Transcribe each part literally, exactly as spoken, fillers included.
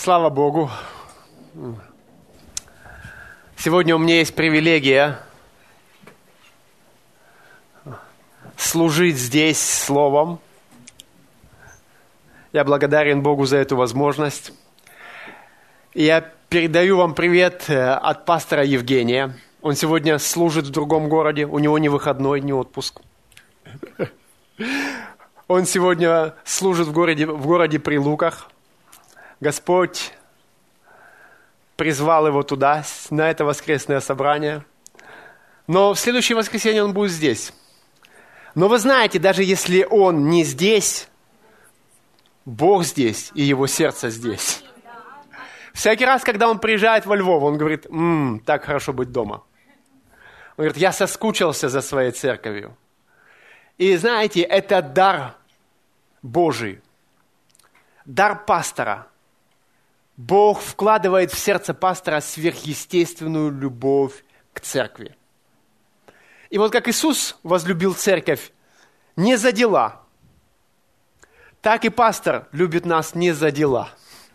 Слава Богу. Сегодня у меня есть привилегия служить здесь Словом. Я благодарен Богу за эту возможность. И я передаю вам привет от пастора Евгения. Он сегодня служит в другом городе. У него не выходной, не отпуск. Он сегодня служит в городе, в городе Прилуках. Господь призвал его туда, на это воскресное собрание. Но в следующее воскресенье он будет здесь. Но вы знаете, даже если он не здесь, Бог здесь, и его сердце здесь. Всякий раз, когда он приезжает во Львов, он говорит: «Ммм, так хорошо быть дома». Он говорит: «Я соскучился за своей церковью». И знаете, это дар Божий, дар пастора. Бог вкладывает в сердце пастора сверхъестественную любовь к церкви. И вот как Иисус возлюбил церковь не за дела, так и пастор любит нас не за дела.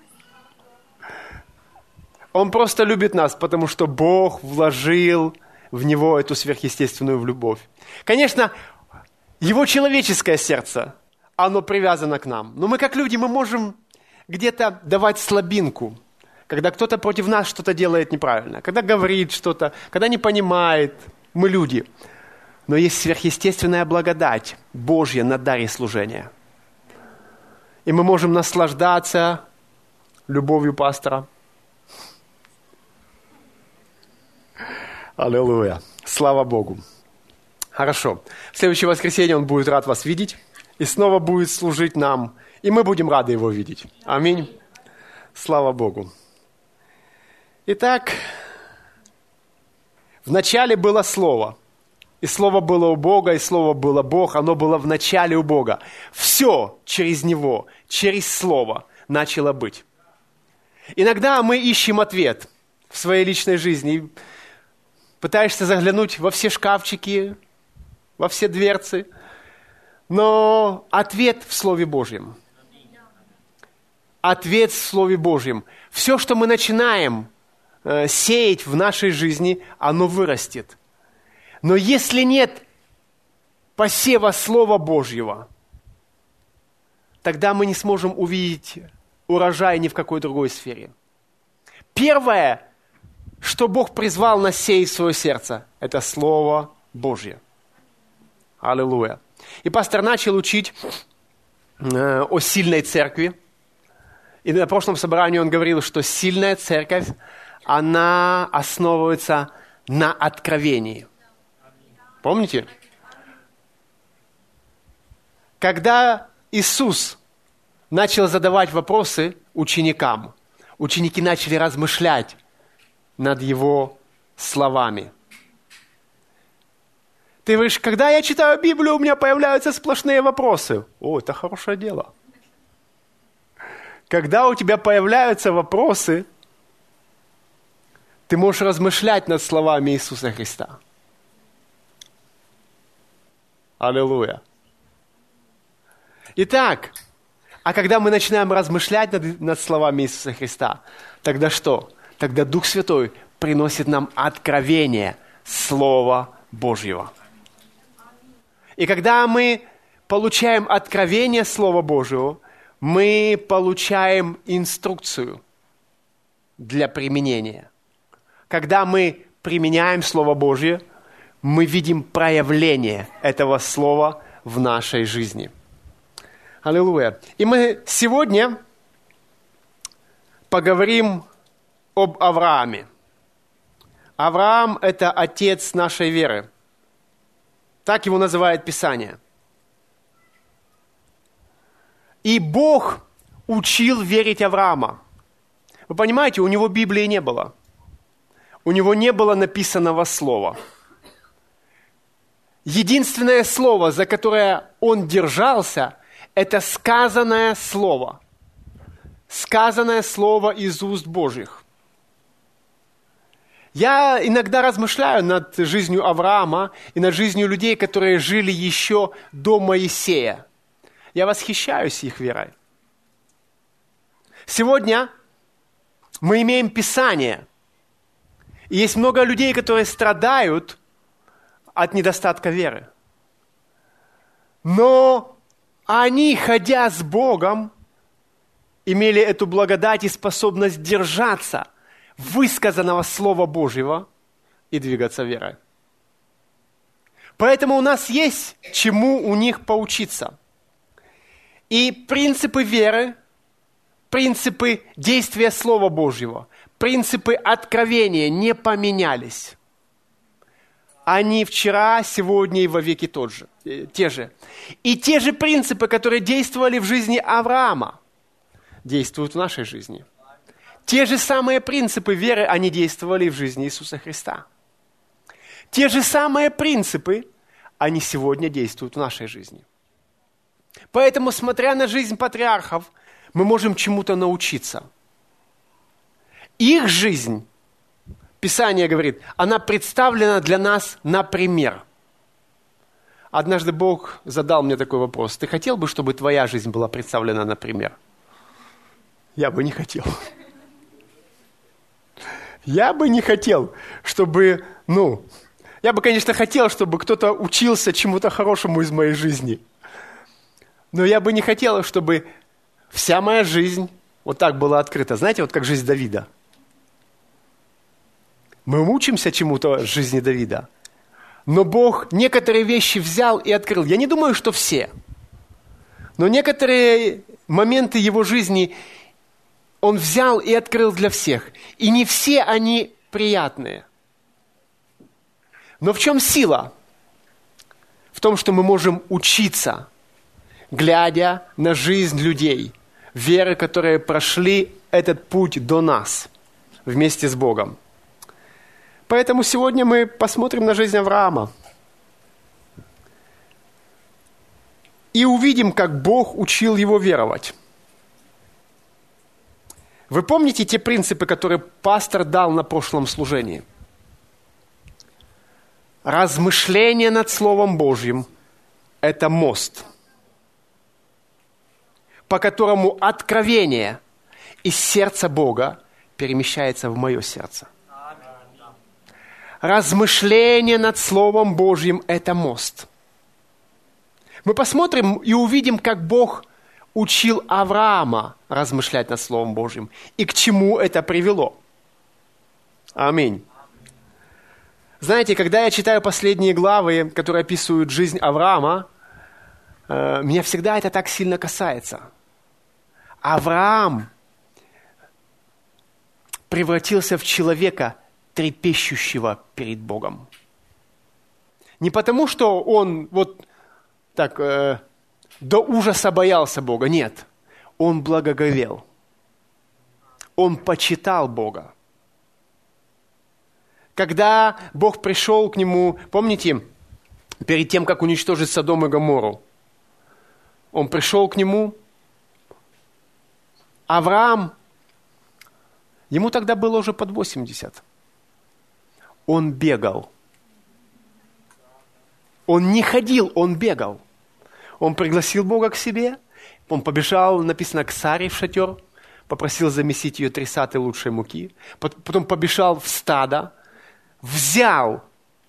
Он просто любит нас, потому что Бог вложил в него эту сверхъестественную любовь. Конечно, его человеческое сердце, оно привязано к нам. Но мы как люди, мы можем где-то давать слабинку, когда кто-то против нас что-то делает неправильно, когда говорит что-то, когда не понимает. Мы люди. Но есть сверхъестественная благодать Божья на даре служения. И мы можем наслаждаться любовью пастора. Аллилуйя. Слава Богу. Хорошо. В следующее воскресенье он будет рад вас видеть и снова будет служить нам. И мы будем рады его видеть. Аминь. Слава Богу. Итак, в начале было Слово. И Слово было у Бога, и Слово было Бог. Оно было в начале у Бога. Все через Него, через Слово начало быть. Иногда мы ищем ответ в своей личной жизни. Пытаешься заглянуть во все шкафчики, во все дверцы. Но ответ в Слове Божьем. Ответ в Слове Божьем. Все, что мы начинаем э, сеять в нашей жизни, оно вырастет. Но если нет посева Слова Божьего, тогда мы не сможем увидеть урожай ни в какой другой сфере. Первое, что Бог призвал нас сеять в свое сердце, это Слово Божье. Аллилуйя. И пастор начал учить э, о сильной церкви. И на прошлом собрании он говорил, что сильная церковь, она основывается на откровении. Помните? Когда Иисус начал задавать вопросы ученикам, ученики начали размышлять над Его словами. Ты говоришь: когда я читаю Библию, у меня появляются сплошные вопросы. О, это хорошее дело. Когда у тебя появляются вопросы, ты можешь размышлять над словами Иисуса Христа. Аллилуйя. Итак, а когда мы начинаем размышлять над, над словами Иисуса Христа, тогда что? Тогда Дух Святой приносит нам откровение Слова Божьего. И когда мы получаем откровение Слова Божьего, мы получаем инструкцию для применения. Когда мы применяем Слово Божье, мы видим проявление этого Слова в нашей жизни. Аллилуйя. И мы сегодня поговорим об Аврааме. Авраам – это отец нашей веры. Так его называет Писание. И Бог учил верить Авраама. Вы понимаете, у него Библии не было. У него не было написанного слова. Единственное слово, за которое он держался, это сказанное слово. Сказанное слово из уст Божьих. Я иногда размышляю над жизнью Авраама и над жизнью людей, которые жили еще до Моисея. Я восхищаюсь их верой. Сегодня Мы имеем Писание. И есть много людей, которые страдают от недостатка веры. Но они, ходя с Богом, имели эту благодать и способность держаться высказанного Слова Божьего и двигаться верой. Поэтому у нас есть чему у них поучиться. И принципы веры, принципы действия Слова Божьего, принципы откровения не поменялись. Они вчера, сегодня и вовеки тот же, те же. И те же принципы, которые действовали в жизни Авраама, действуют в нашей жизни. Те же самые принципы веры, они действовали в жизни Иисуса Христа. Те же самые принципы, они сегодня действуют в нашей жизни. Поэтому, смотря на жизнь патриархов, мы можем чему-то научиться. Их жизнь, Писание говорит, она представлена для нас на пример. Однажды Бог задал мне такой вопрос. Ты хотел бы, чтобы твоя жизнь была представлена на пример? Я бы не хотел. Я бы не хотел, чтобы, ну, я бы, конечно, хотел, чтобы кто-то учился чему-то хорошему из моей жизни. Но я бы не хотел, чтобы вся моя жизнь вот так была открыта. Знаете, вот как жизнь Давида. Мы учимся чему-то в жизни Давида. Но Бог некоторые вещи взял и открыл. Я не думаю, что все. Но некоторые моменты его жизни Он взял и открыл для всех. И не все они приятные. Но в чем сила? В том, что мы можем учиться, глядя на жизнь людей, веры, которые прошли этот путь до нас, вместе с Богом. Поэтому сегодня мы посмотрим на жизнь Авраама и увидим, как Бог учил его веровать. Вы помните те принципы, которые пастор дал на прошлом служении? Размышление над Словом Божьим – это мост, по которому откровение из сердца Бога перемещается в мое сердце. Размышление над Словом Божьим – это мост. Мы посмотрим и увидим, как Бог учил Авраама размышлять над Словом Божьим и к чему это привело. Аминь. Знаете, когда я читаю последние главы, которые описывают жизнь Авраама, э, меня всегда это так сильно касается. Авраам превратился в человека, трепещущего перед Богом. Не потому, что он вот так э, до ужаса боялся Бога, нет. Он благоговел. Он почитал Бога. Когда Бог пришел к нему, помните, перед тем, как уничтожить Содом и Гоморру, он пришел к нему, Авраам, ему тогда было уже под восемьдесят. Он бегал. Он не ходил, он бегал. Он пригласил Бога к себе, он побежал, написано, к Саре в шатер, попросил замесить ее три саты лучшей муки, потом побежал в стадо, взял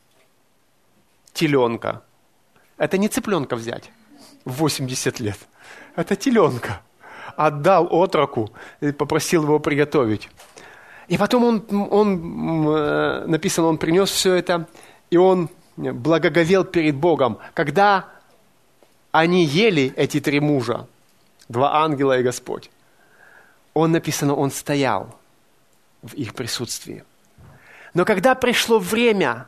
теленка. Это не цыпленка взять в восемьдесят лет. Это теленка. Отдал отроку и попросил его приготовить. И потом он, он, написано, он принес все это, и он благоговел перед Богом. Когда они ели, эти три мужа, два ангела и Господь, он, написано, он стоял в их присутствии. Но когда пришло время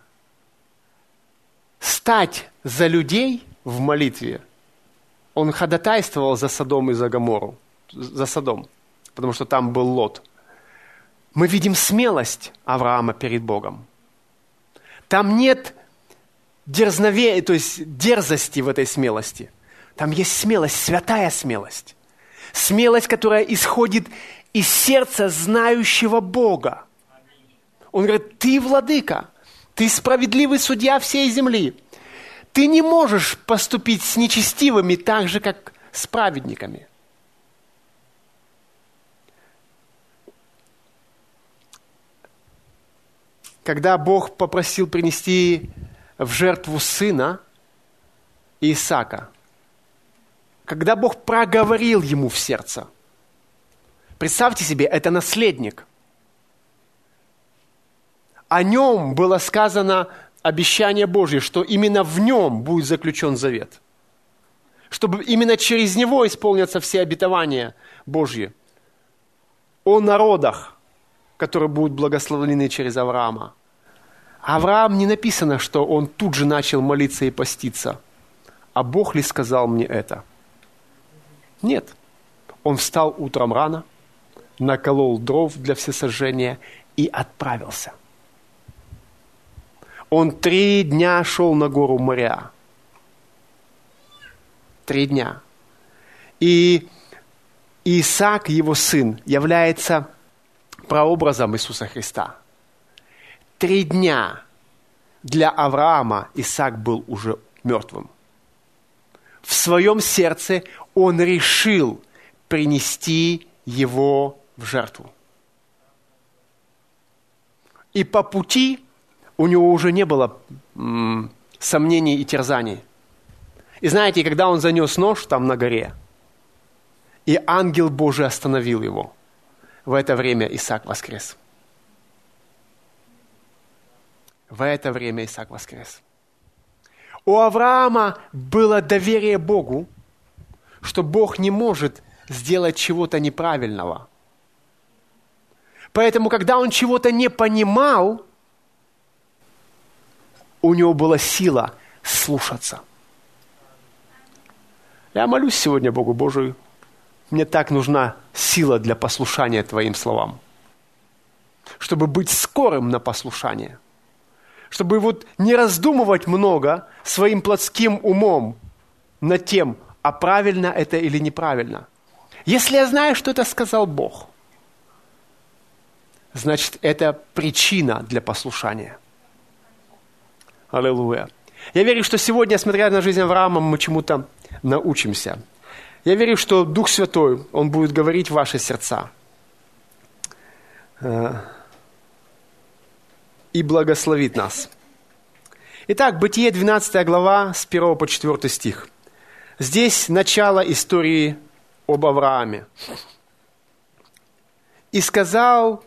стать за людей в молитве, он ходатайствовал за Содом и за Гоморру, за Содом, потому что там был Лот. Мы видим смелость Авраама перед Богом. Там нет дерзновения, то есть дерзости в этой смелости. Там есть смелость, святая смелость. Смелость, которая исходит из сердца знающего Бога. Он говорит, ты владыка, ты справедливый судья всей земли. Ты не можешь поступить с нечестивыми так же, как с праведниками. когда Бог попросил принести в жертву сына Исаака, когда Бог проговорил ему в сердце. Представьте себе, это наследник. О нем было сказано обещание Божье, что именно в нем будет заключен завет. Чтобы именно через него исполнятся все обетования Божьи. О народах, которые будут благословлены через Авраама. Авраам не написано, что он тут же начал молиться и поститься. А Бог ли сказал мне это? Нет. Он встал утром рано, наколол дров для всесожжения и отправился. Он три дня шел на гору Мориа. Три дня. И Исаак, его сын, является прообразом Иисуса Христа. Три дня для Авраама Исаак был уже мертвым. В своем сердце он решил принести его в жертву. И по пути у него уже не было м, сомнений и терзаний. И знаете, когда он занес нож там на горе, и ангел Божий остановил его, в это время Исаак воскрес. В это время Исаак воскрес. У Авраама было доверие Богу, что Бог не может сделать чего-то неправильного. Поэтому, когда он чего-то не понимал, у него была сила слушаться. Я молюсь сегодня Богу Божию. Мне так нужна сила для послушания Твоим словам. Чтобы быть скорым на послушание. Чтобы вот не раздумывать много своим плотским умом над тем, а правильно это или неправильно. Если я знаю, что это сказал Бог, значит, это причина для послушания. Аллилуйя. Я верю, что сегодня, смотря на жизнь Авраама, мы чему-то научимся. Я верю, что Дух Святой, Он будет говорить в ваши сердца. И благословит нас. Итак, Бытие двенадцатая глава, с первого по четвёртый стих. Здесь начало истории об Аврааме. «И сказал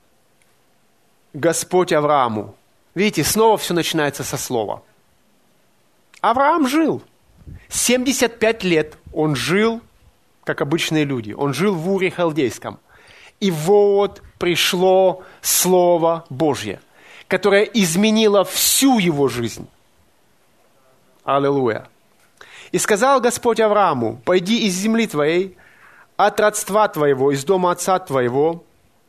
Господь Аврааму». Видите, снова все начинается со слова. Авраам жил. семьдесят пять лет он жил, как обычные люди. Он жил в Уре Халдейском. И вот пришло Слово Божье, которое изменило всю его жизнь. Аллилуйя. «И сказал Господь Аврааму: пойди из земли твоей, от родства твоего, из дома отца твоего,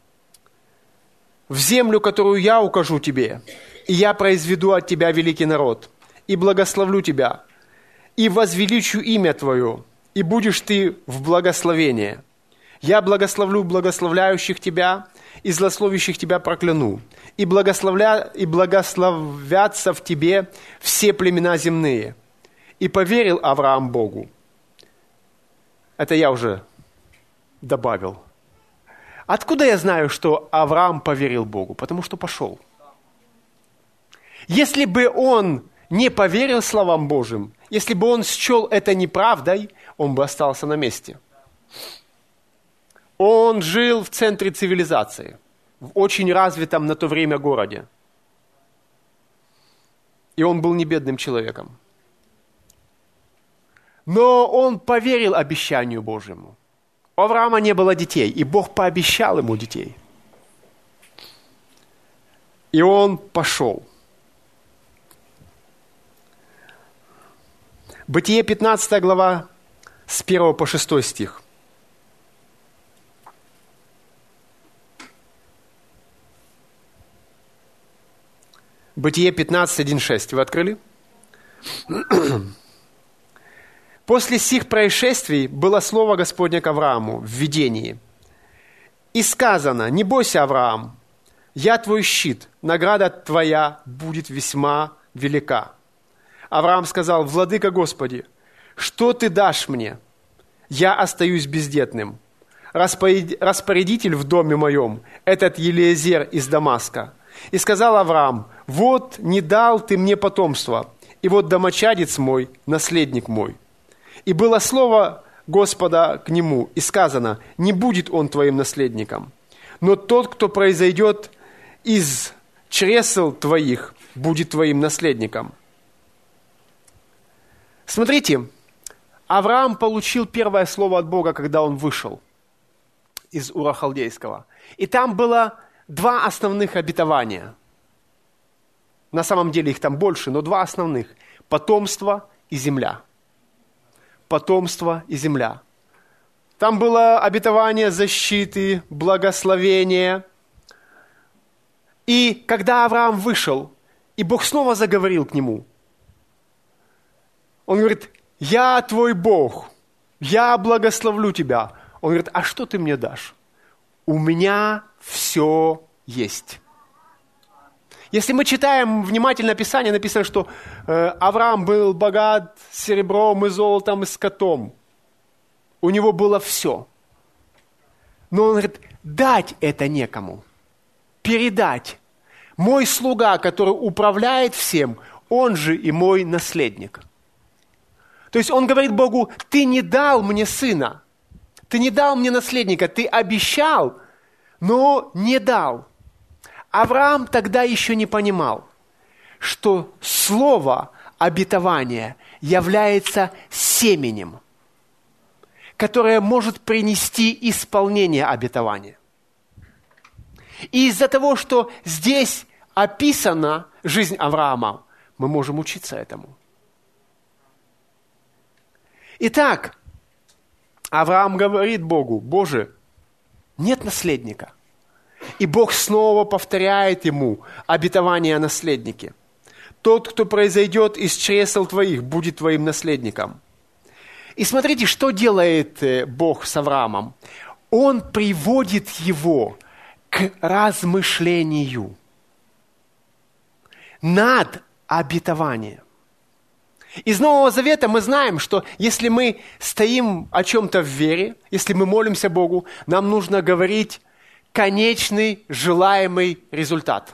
в землю, которую я укажу тебе, и я произведу от тебя великий народ, и благословлю тебя, и возвеличу имя твое, и будешь ты в благословении. Я благословлю благословляющих тебя, и злословящих тебя прокляну, и, благословля... и благословятся в тебе все племена земные». И поверил Авраам Богу. Это я уже добавил. Откуда я знаю, что Авраам поверил Богу? Потому что пошел. Если бы он не поверил словам Божьим, если бы он счел это неправдой, он бы остался на месте. Он жил в центре цивилизации, в очень развитом на то время городе. И он был не бедным человеком. Но он поверил обещанию Божьему. У Авраама не было детей, и Бог пообещал ему детей. И он пошел. Бытие пятнадцатая глава, с первого по шестой стих. Бытие пятнадцать, один, шесть. Вы открыли? «После сих происшествий было слово Господне к Аврааму в видении. И сказано: не бойся, Авраам, я твой щит, награда твоя будет весьма велика. Авраам сказал: владыка Господи, что ты дашь мне? Я остаюсь бездетным. Распорядитель в доме моем, этот Елиезер из Дамаска, И сказал Авраам: вот не дал ты мне потомства, и вот домочадец мой, наследник мой. И было слово Господа к нему, и сказано: не будет он твоим наследником, но тот, кто произойдет из чресел твоих, будет твоим наследником. Смотрите, Авраам получил первое слово от Бога, когда он вышел из Ура Халдейского. И там было два основных обетования. На самом деле их там больше, но два основных. Потомство и земля. Потомство и земля. Там было обетование защиты, благословения. И когда Авраам вышел, и Бог снова заговорил к нему, он говорит: я твой Бог, я благословлю тебя. Он говорит: а что ты мне дашь? У меня все есть. Если мы читаем внимательно Писание, написано, что э, Авраам был богат серебром и золотом и скотом. У него было все. Но он говорит: дать это некому. Передать. Мой слуга, который управляет всем, он же и мой наследник. То есть он говорит Богу: ты не дал мне сына, ты не дал мне наследника, ты обещал, но не дал. Авраам тогда еще не понимал, что слово обетования является семенем, которое может принести исполнение обетования. И из-за того, что здесь описана жизнь Авраама, мы можем учиться этому. Итак, Авраам говорит Богу: Боже, нет наследника. И Бог снова повторяет ему обетование о наследнике. Тот, кто произойдет из чресел твоих, будет твоим наследником. И смотрите, что делает Бог с Авраамом. Он приводит его к размышлению над обетованием. Из Нового Завета мы знаем, что если мы стоим о чем-то в вере, если мы молимся Богу, нам нужно говорить конечный желаемый результат.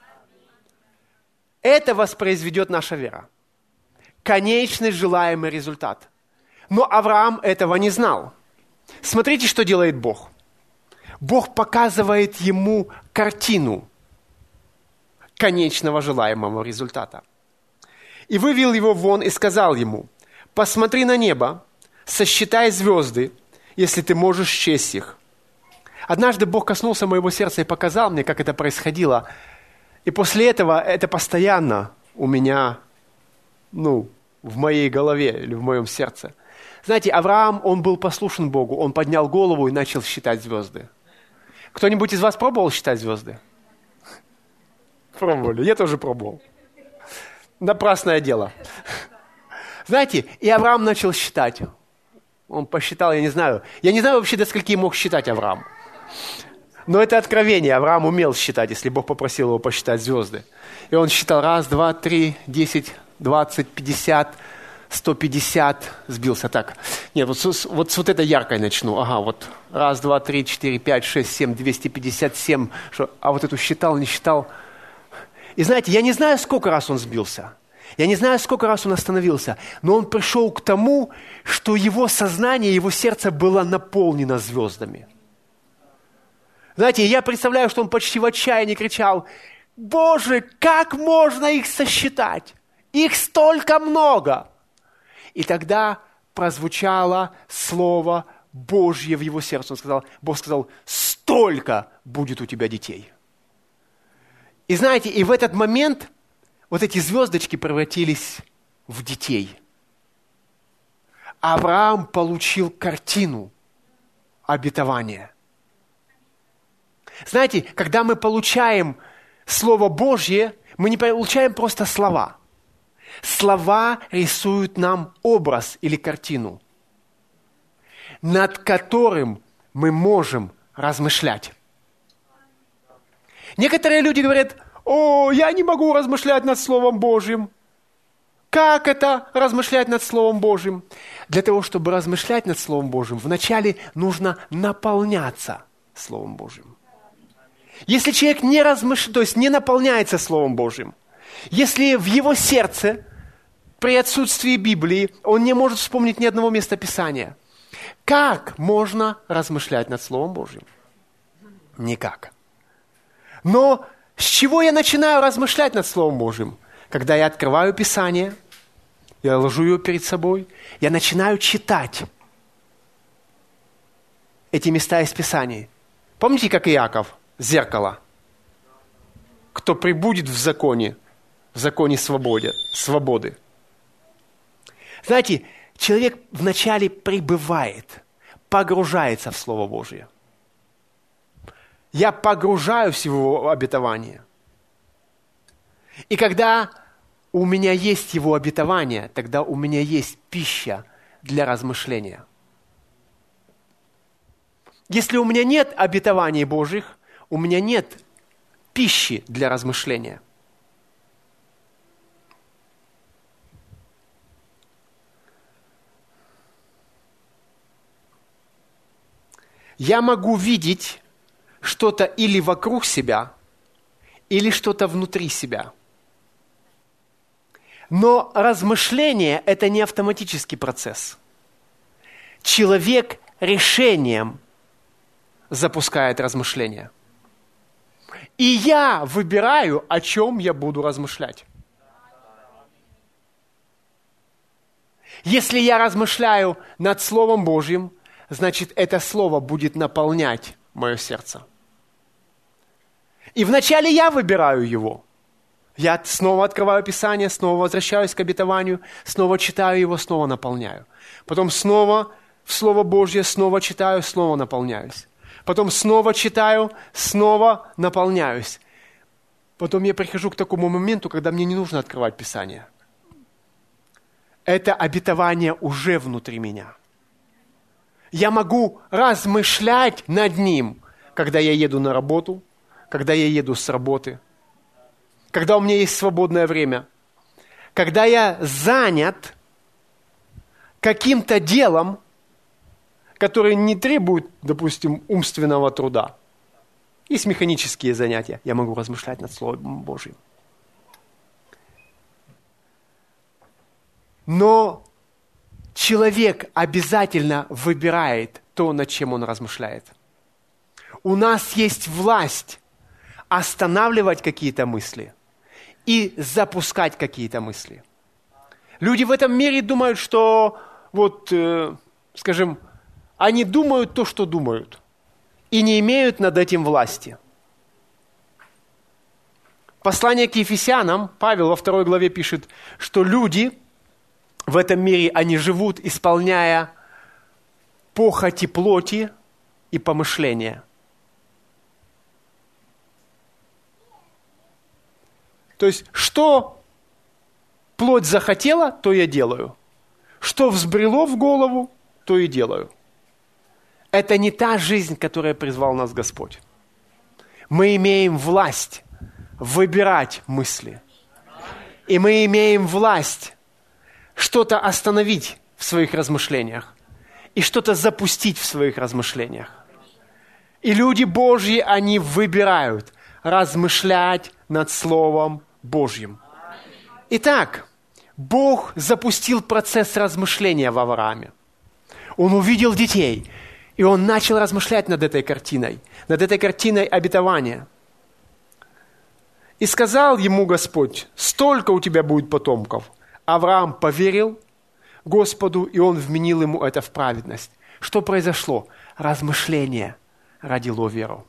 Это воспроизведет наша вера. Конечный желаемый результат. Но Авраам этого не знал. Смотрите, что делает Бог. Бог показывает ему картину конечного желаемого результата. И вывел его вон и сказал ему: посмотри на небо, сосчитай звезды, если ты можешь счесть их. Однажды Бог коснулся моего сердца и показал мне, как это происходило. И после этого это постоянно у меня, ну, в моей голове или в моем сердце. Знаете, Авраам, он был послушен Богу, он поднял голову и начал считать звезды. Кто-нибудь из вас пробовал считать звезды? Пробовали, я тоже пробовал. Напрасное дело. Знаете, и Авраам начал считать. Он посчитал, я не знаю. Я не знаю вообще, до скольки мог считать Авраам. Но это откровение. Авраам умел считать, если Бог попросил его посчитать звезды. И он считал раз, два, три, десять, двадцать, пятьдесят, сто пятьдесят. Сбился так. Нет, вот с, вот с вот этой яркой начну. Ага, вот раз, два, три, четыре, пять, шесть, семь, двести пятьдесят семь. Что, а вот эту считал, не считал. И знаете, я не знаю, сколько раз он сбился. Я не знаю, сколько раз он остановился. Но он пришел к тому, что его сознание, его сердце было наполнено звездами. Знаете, я представляю, что он почти в отчаянии кричал: Боже, как можно их сосчитать? Их столько много! И тогда прозвучало слово Божье в его сердце. Он сказал, Бог сказал: столько будет у тебя детей. И знаете, и в этот момент вот эти звездочки превратились в детей. Авраам получил картину обетования. Знаете, когда мы получаем Слово Божье, мы не получаем просто слова. Слова рисуют нам образ или картину, над которым мы можем размышлять. Некоторые люди говорят: о, я не могу размышлять над Словом Божьим. Как это размышлять над Словом Божьим? Для того, чтобы размышлять над Словом Божьим, вначале нужно наполняться Словом Божьим. Если человек не размышляет, то есть не наполняется Словом Божьим, если в его сердце при отсутствии Библии он не может вспомнить ни одного места Писания, как можно размышлять над Словом Божьим? Никак. Но с чего я начинаю размышлять над Словом Божьим? Когда я открываю Писание, я ложу его перед собой, я начинаю читать эти места из Писаний. Помните, как Иаков? Зеркало. Кто пребудет в законе, в законе свободы, свободы. Знаете, человек вначале пребывает, погружается в Слово Божье. Я погружаюсь в его обетование. И когда у меня есть его обетование, тогда у меня есть пища для размышления. Если у меня нет обетований Божьих, у меня нет пищи для размышления. Я могу видеть что-то или вокруг себя, или что-то внутри себя. Но размышление – это не автоматический процесс. Человек решением запускает размышления. И я выбираю, о чем я буду размышлять. Если я размышляю над Словом Божьим, значит, это Слово будет наполнять мое сердце. И вначале я выбираю его. Я снова открываю Писание, снова возвращаюсь к обетованию, снова читаю его, снова наполняю. Потом снова в Слово Божье, снова читаю, снова наполняюсь. Потом снова читаю, снова наполняюсь. Потом я прихожу к такому моменту, когда мне не нужно открывать Писание. Это обетование уже внутри меня. Я могу размышлять над ним, когда я еду на работу, когда я еду с работы, когда у меня есть свободное время, когда я занят каким-то делом, которое не требует, допустим, умственного труда. Есть механические занятия. Я могу размышлять над Словом Божьим. Но человек обязательно выбирает то, над чем он размышляет. У нас есть власть останавливать какие-то мысли и запускать какие-то мысли. Люди в этом мире думают, что, вот, э, скажем, они думают то, что думают, и не имеют над этим власти. Послание к Ефесянам, Павел во второй главе пишет, что люди в этом мире, они живут, исполняя похоти плоти и помышления. То есть, что плоть захотела, то я делаю. Что взбрело в голову, то и делаю. Это не та жизнь, к которой призвал нас Господь. Мы имеем власть выбирать мысли. И мы имеем власть что-то остановить в своих размышлениях и что-то запустить в своих размышлениях. И люди Божьи, они выбирают размышлять над Словом Божьим. Итак, Бог запустил процесс размышления в Аврааме. Он увидел детей, и он начал размышлять над этой картиной, над этой картиной обетования. И сказал ему Господь: столько у тебя будет потомков. Авраам поверил Господу, и он вменил ему это в праведность. Что произошло? Размышление родило веру.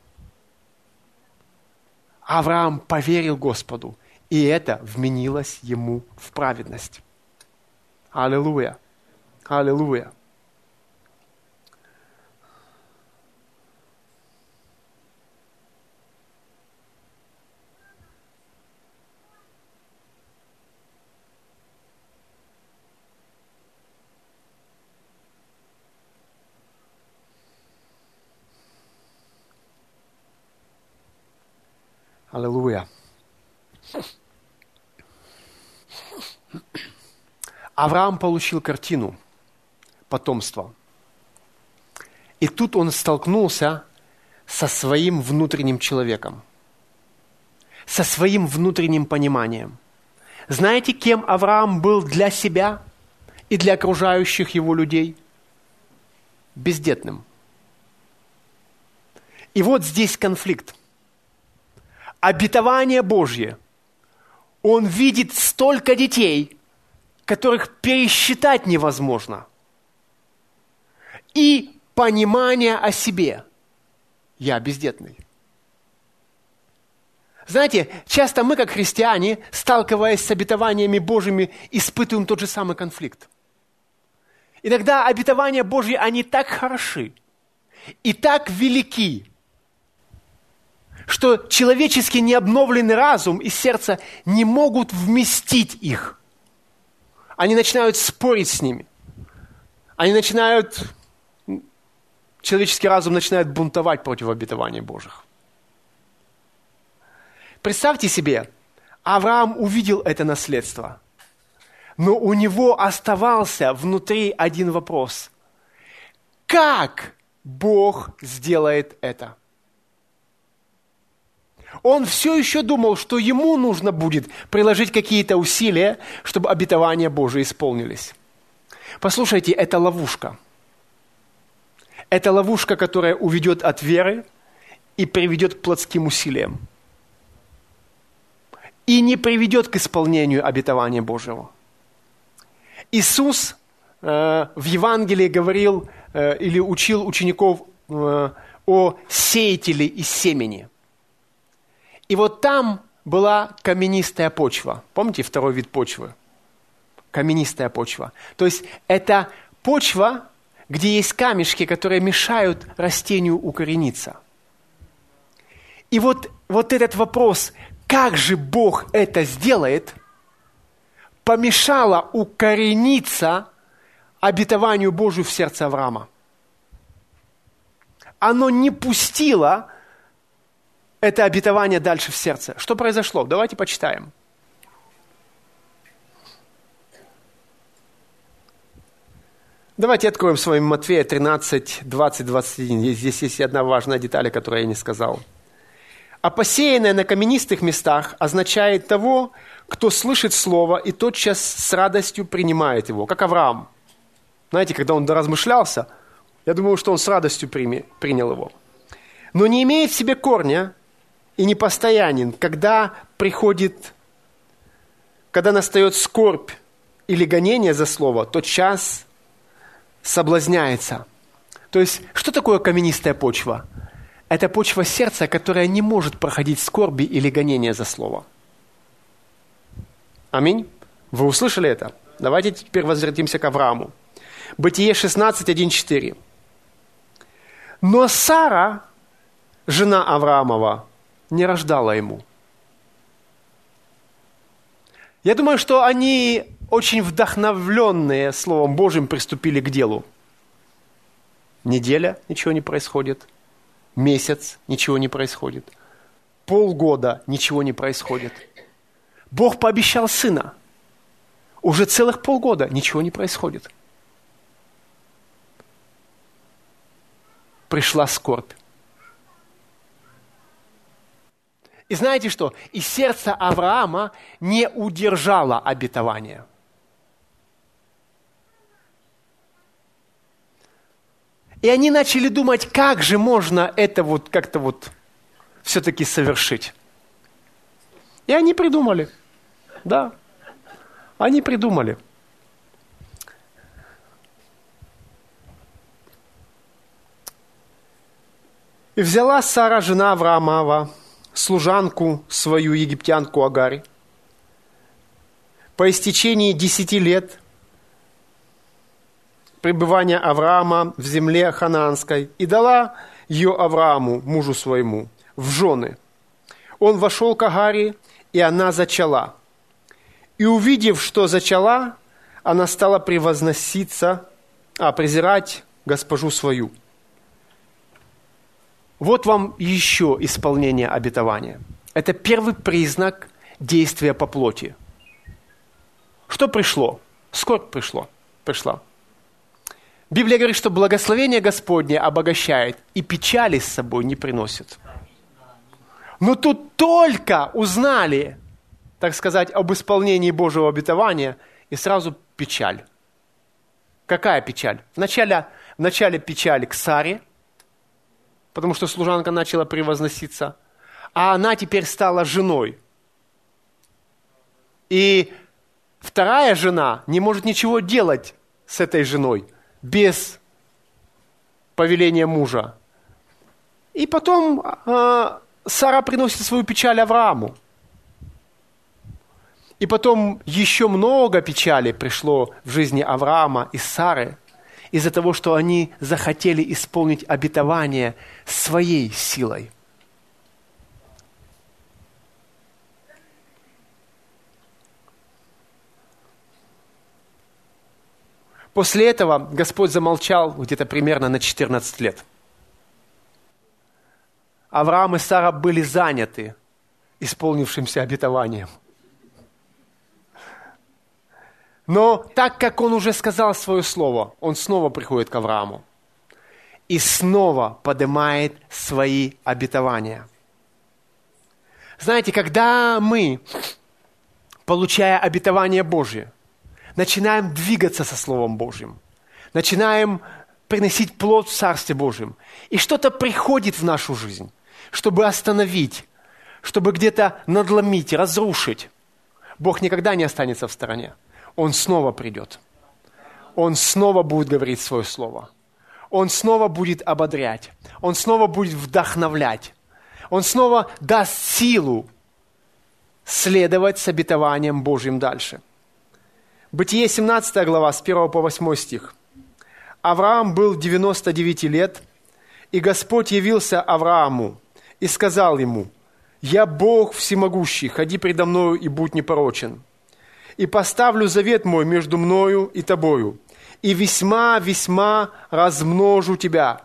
Авраам поверил Господу, и это вменилось ему в праведность. Аллилуйя! Аллилуйя! Аллилуйя. Авраам получил картину потомства. И тут он столкнулся со своим внутренним человеком, со своим внутренним пониманием. Знаете, кем Авраам был для себя и для окружающих его людей? Бездетным. И вот здесь конфликт. Обетование Божье. Он видит столько детей, которых пересчитать невозможно. И понимание о себе. Я бездетный. Знаете, часто мы, как христиане, сталкиваясь с обетованиями Божьими, испытываем тот же самый конфликт. Иногда обетования Божьи, они так хороши и так велики, что человеческий необновленный разум и сердце не могут вместить их. Они начинают спорить с ними. Они начинают, человеческий разум начинает бунтовать против обетований Божьих. Представьте себе, Авраам увидел это наследство, но у него оставался внутри один вопрос. Как Бог сделает это? Он все еще думал, что ему нужно будет приложить какие-то усилия, чтобы обетования Божьи исполнились. Послушайте, это ловушка. Это ловушка, которая уведет от веры и приведет к плотским усилиям. И не приведет к исполнению обетования Божьего. Иисус э, в Евангелии говорил э, или учил учеников э, о сеятеле из семени. И вот там была каменистая почва. Помните второй вид почвы? Каменистая почва. То есть это почва, где есть камешки, которые мешают растению укорениться. И вот, вот этот вопрос, как же Бог это сделает, помешало укорениться обетованию Божию в сердце Авраама. Оно не пустило это обетование дальше в сердце. Что произошло? Давайте почитаем. Давайте откроем с вами Матфея тринадцать, двадцать, двадцать один. Здесь есть одна важная деталь, которую я не сказал. А посеянное на каменистых местах означает того, кто слышит слово и тотчас с радостью принимает его, как Авраам. Знаете, когда он доразмышлялся, я думаю, что он с радостью прими, принял его. Но не имеет в себе корня и непостоянен, когда приходит, когда настает скорбь или гонение за слово, тотчас соблазняется. То есть, что такое каменистая почва? Это почва сердца, которая не может проходить скорби или гонения за слово. Аминь. Вы услышали это? Давайте теперь возвратимся к Аврааму. Бытие шестнадцать, один, четыре. Но Сара, жена Авраамова, не рождала ему. Я думаю, что они очень вдохновленные Словом Божьим приступили к делу. Неделя, ничего не происходит. Месяц, ничего не происходит. Полгода, ничего не происходит. Бог пообещал сына. Уже целых полгода ничего не происходит. Пришла скорбь. И знаете что? И сердце Авраама не удержало обетования. И они начали думать, как же можно это вот как-то вот все-таки совершить. И они придумали. Да. Они придумали. И взяла Сара, жена Авраамова, служанку свою, египтянку Агарь, по истечении десяти лет пребывания Авраама в земле ханаанской, и дала ее Аврааму, мужу своему, в жены. Он вошел к Агаре, и она зачала. И увидев, что зачала, она стала превозноситься, а презирать госпожу свою. Вот вам еще исполнение обетования. Это первый признак действия по плоти. Что пришло? Скорбь пришло, пришла. Библия говорит, что благословение Господне обогащает и печали с собой не приносит. Но тут только узнали, так сказать, об исполнении Божьего обетования, и сразу печаль. Какая печаль? Вначале, вначале печаль к Саре, потому что служанка начала превозноситься, а она теперь стала женой. И вторая жена не может ничего делать с этой женой без повеления мужа. И потом э, Сара приносит свою печаль Аврааму. И потом еще много печали пришло в жизни Авраама и Сары из-за того, что они захотели исполнить обетование своей силой. После этого Господь замолчал где-то примерно на четырнадцать лет. Авраам и Сара были заняты исполнившимся обетованием. Но так как он уже сказал свое слово, он снова приходит к Аврааму и снова поднимает свои обетования. Знаете, когда мы, получая обетование Божье, начинаем двигаться со Словом Божьим, начинаем приносить плод в Царстве Божьем, и что-то приходит в нашу жизнь, чтобы остановить, чтобы где-то надломить, разрушить, Бог никогда не останется в стороне. Он снова придет. Он снова будет говорить свое слово. Он снова будет ободрять. Он снова будет вдохновлять. Он снова даст силу следовать с обетованием Божьим дальше. Бытие семнадцатая глава, с первого по восьмой стих. Авраам был девяносто девять лет, и Господь явился Аврааму и сказал ему: «Я Бог всемогущий, ходи предо мною и будь непорочен. И поставлю завет мой между мною и тобою, и весьма-весьма размножу тебя».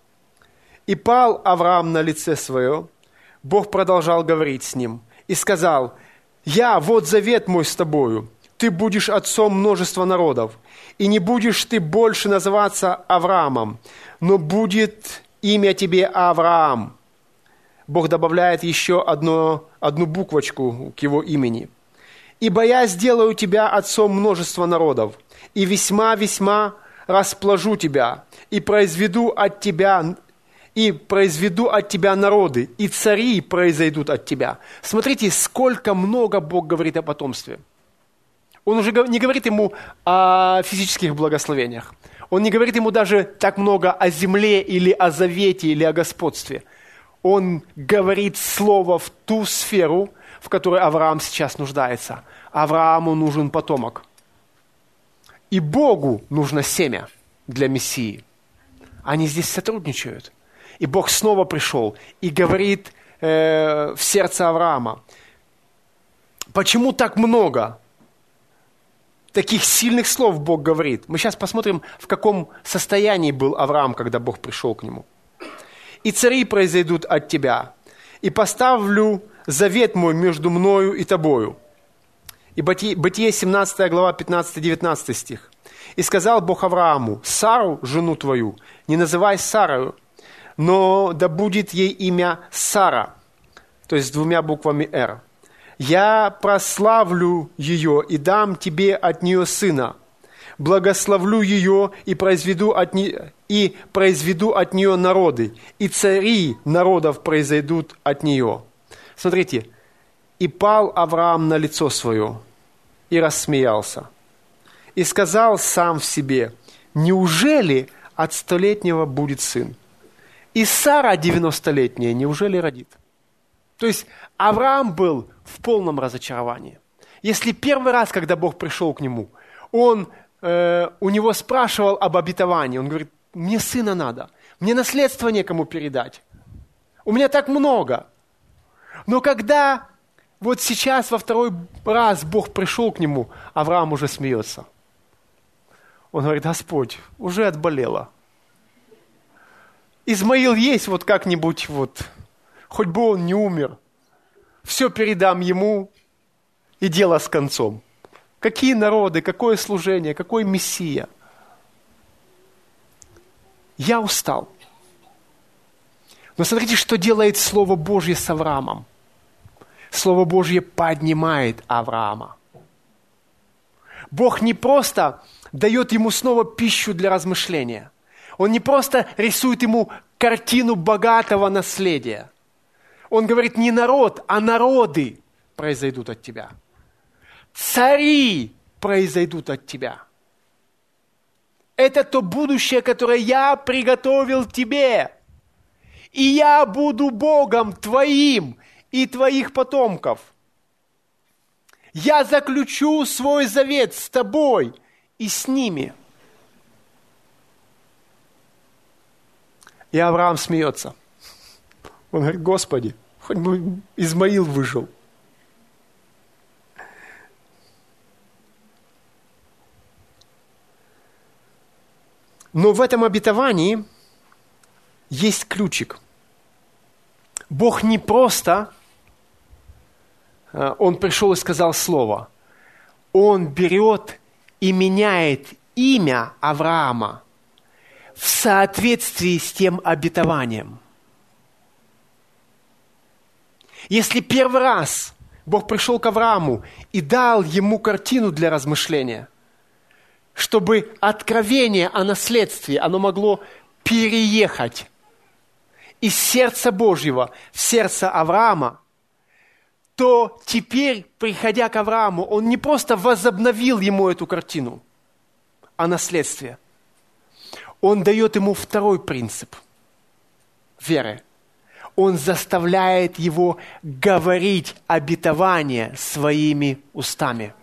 И пал Авраам на лице свое. Бог продолжал говорить с ним и сказал: «Я, вот завет мой с тобою, ты будешь отцом множества народов, и не будешь ты больше называться Авраамом, но будет имя тебе Авраам». Бог добавляет еще одно, одну буквочку к его имени. «Ибо я сделаю тебя отцом множества народов, и весьма-весьма расплажу тебя, и произведу от тебя, и произведу от тебя народы, и цари произойдут от тебя». Смотрите, сколько много Бог говорит о потомстве. Он уже не говорит ему о физических благословениях. Он не говорит ему даже так много о земле, или о завете, или о господстве. Он говорит слово в ту сферу, в которой Авраам сейчас нуждается. Аврааму нужен потомок. И Богу нужно семя для Мессии. Они здесь сотрудничают. И Бог снова пришел и говорит э, в сердце Авраама: почему так много таких сильных слов Бог говорит? Мы сейчас посмотрим, в каком состоянии был Авраам, когда Бог пришел к нему. «И цари произойдут от тебя, и поставлю завет мой между мною и тобою». И Бытие семнадцатая глава, пятнадцатый-девятнадцатый стих. «И сказал Бог Аврааму: Сару, жену твою, не называй Сарою, но да будет ей имя Сара», то есть с двумя буквами «Р». «Я прославлю ее и дам тебе от нее сына, благословлю ее и произведу от, не... и произведу от нее народы, и цари народов произойдут от нее». Смотрите, «И пал Авраам на лицо свое, и рассмеялся, и сказал сам в себе: неужели от столетнего будет сын? И Сара девяностолетняя неужели родит?» То есть Авраам был в полном разочаровании. Если первый раз, когда Бог пришел к нему, он э, у него спрашивал об обетовании, он говорит: мне сына надо, мне наследство некому передать, у меня так много. Но когда вот сейчас во второй раз Бог пришел к нему, Авраам уже смеется. Он говорит: Господь, уже отболело. Измаил есть вот как-нибудь, вот, хоть бы он не умер. Все передам ему, и дело с концом. Какие народы, какое служение, какой Мессия. я устал. Но смотрите, что делает Слово Божье с Авраамом. Слово Божье поднимает Авраама. Бог не просто дает ему снова пищу для размышления. Он не просто рисует ему картину богатого наследия. Он говорит, не народ, а народы произойдут от тебя. Цари произойдут от тебя. Это то будущее, которое я приготовил тебе. И я буду Богом твоим и твоих потомков. Я заключу свой завет с тобой и с ними. И Авраам смеется. Он говорит, Господи, хоть бы Измаил выжил. Но в этом обетовании есть ключик. Бог не просто, Он пришел и сказал слово. Он берет и меняет имя Авраама в соответствии с тем обетованием. Если первый раз Бог пришел к Аврааму и дал ему картину для размышления, чтобы откровение о наследстве, оно могло переехать из сердца Божьего в сердце Авраама, то теперь, приходя к Аврааму, он не просто возобновил ему эту картину о наследстве. Он дает ему второй принцип веры. Он заставляет его говорить обетование своими устами.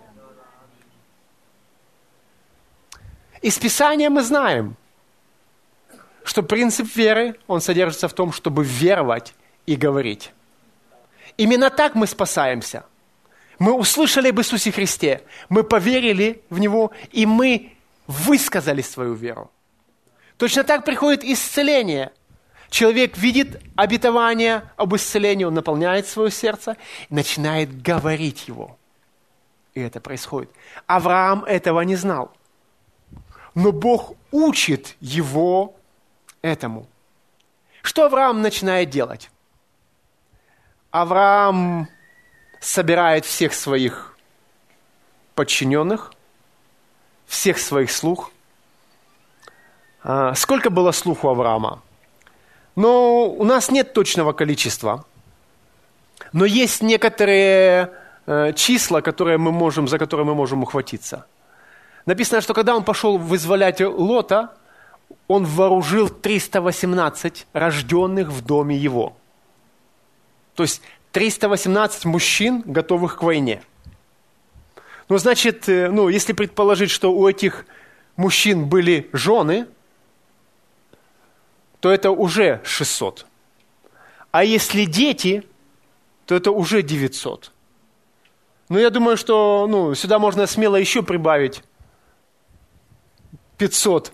Из Писания мы знаем, что принцип веры, он содержится в том, чтобы веровать и говорить. Именно так мы спасаемся. Мы услышали об Иисусе Христе, мы поверили в Него, и мы высказали свою веру. Точно так приходит исцеление. Человек видит обетование об исцелении, он наполняет свое сердце и начинает говорить его. И это происходит. Авраам этого не знал. Но Бог учит его этому. Что Авраам начинает делать? Авраам собирает всех своих подчиненных, всех своих слуг. Сколько было слуг у Авраама? Ну, у нас нет точного количества, но есть некоторые числа, которые мы можем, за которые мы можем ухватиться. Написано, что когда он пошел вызволять Лота, он вооружил триста восемнадцать рожденных в доме его. То есть триста восемнадцать мужчин, готовых к войне. Ну, значит, ну, если предположить, что у этих мужчин были жены, то это уже шестьсот. А если дети, то это уже девятьсот. Ну, я думаю, что ну, сюда можно смело еще прибавить пятьсот.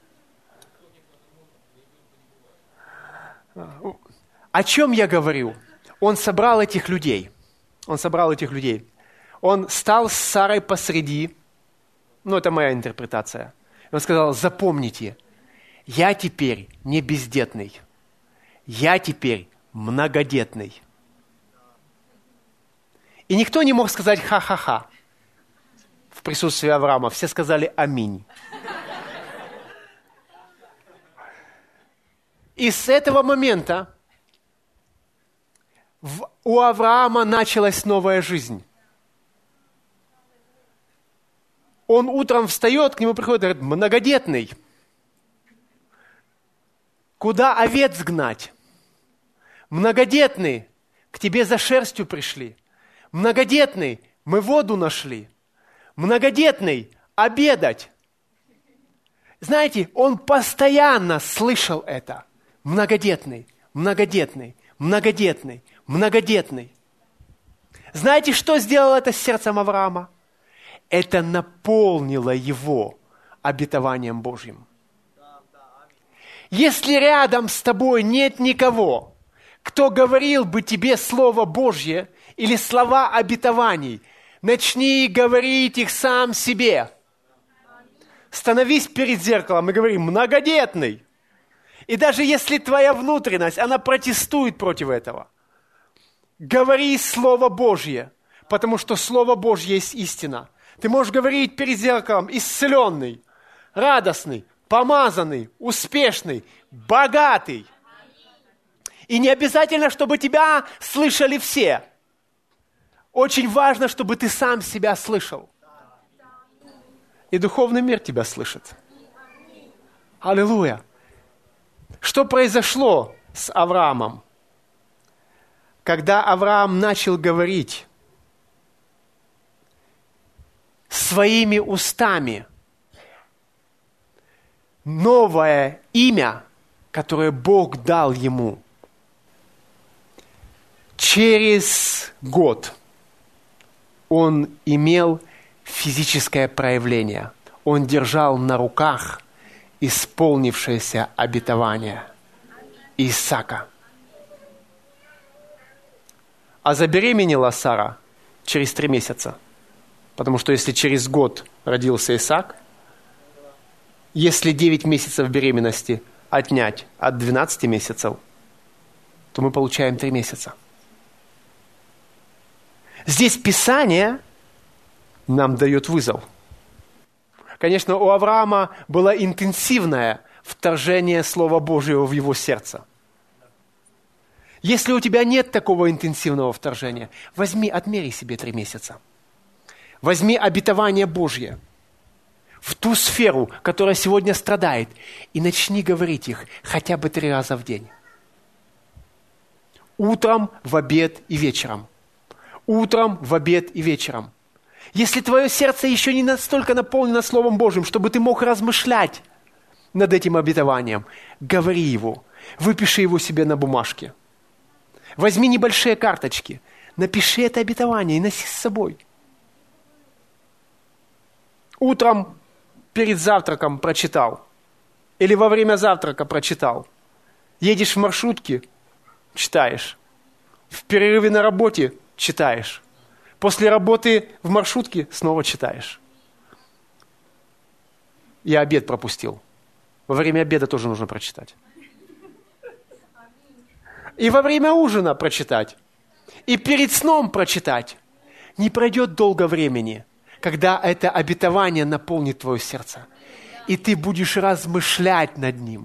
О чем я говорю? Он собрал этих людей. Он собрал этих людей. Он стал с Сарой посреди. Ну, это моя интерпретация. Он сказал, запомните, я теперь не бездетный. Я теперь многодетный. И никто не мог сказать ха-ха-ха в присутствии Авраама. Все сказали аминь. И с этого момента в, у Авраама началась новая жизнь. Он утром встает, к нему приходит и говорит, многодетный. Куда овец гнать? Многодетный, к тебе за шерстью пришли. Многодетный, мы воду нашли. Многодетный, обедать. Знаете, он постоянно слышал это. Многодетный, многодетный, многодетный, многодетный. Знаете, что сделало это с сердцем Авраама? Это наполнило его обетованием Божьим. Если рядом с тобой нет никого, кто говорил бы тебе Слово Божье или слова обетований, начни говорить их сам себе. Становись перед зеркалом и говори, многодетный, И даже если твоя внутренность, она протестует против этого, говори Слово Божье, потому что Слово Божье есть истина. Ты можешь говорить перед зеркалом: исцеленный, радостный, помазанный, успешный, богатый. И не обязательно, чтобы тебя слышали все. Очень важно, чтобы ты сам себя слышал. И духовный мир тебя слышит. Аллилуйя. Что произошло с Авраамом? Когда Авраам начал говорить своими устами новое имя, которое Бог дал ему, через год он имел физическое проявление. Он держал на руках исполнившееся обетование Исаака. А забеременела Сара через три месяца. Потому что если через год родился Исаак, если девять месяцев беременности отнять от двенадцати месяцев, то мы получаем три месяца. Здесь Писание нам дает вызов. Конечно, у Авраама было интенсивное вторжение Слова Божьего в его сердце. Если у тебя нет такого интенсивного вторжения, возьми, отмери себе три месяца. Возьми обетование Божье в ту сферу, которая сегодня страдает, и начни говорить их хотя бы три раза в день. Утром, в обед и вечером. Утром, в обед и вечером. Если твое сердце еще не настолько наполнено Словом Божьим, чтобы ты мог размышлять над этим обетованием, говори его, выпиши его себе на бумажке. Возьми небольшие карточки, напиши это обетование и носи с собой. Утром перед завтраком прочитал. Или во время завтрака прочитал. Едешь в маршрутке – читаешь. В перерыве на работе – читаешь. После работы в маршрутке снова читаешь. Я обед пропустил. Во время обеда тоже нужно прочитать. И во время ужина прочитать. И перед сном прочитать. Не пройдет долго времени, когда это обетование наполнит твое сердце. И ты будешь размышлять над ним.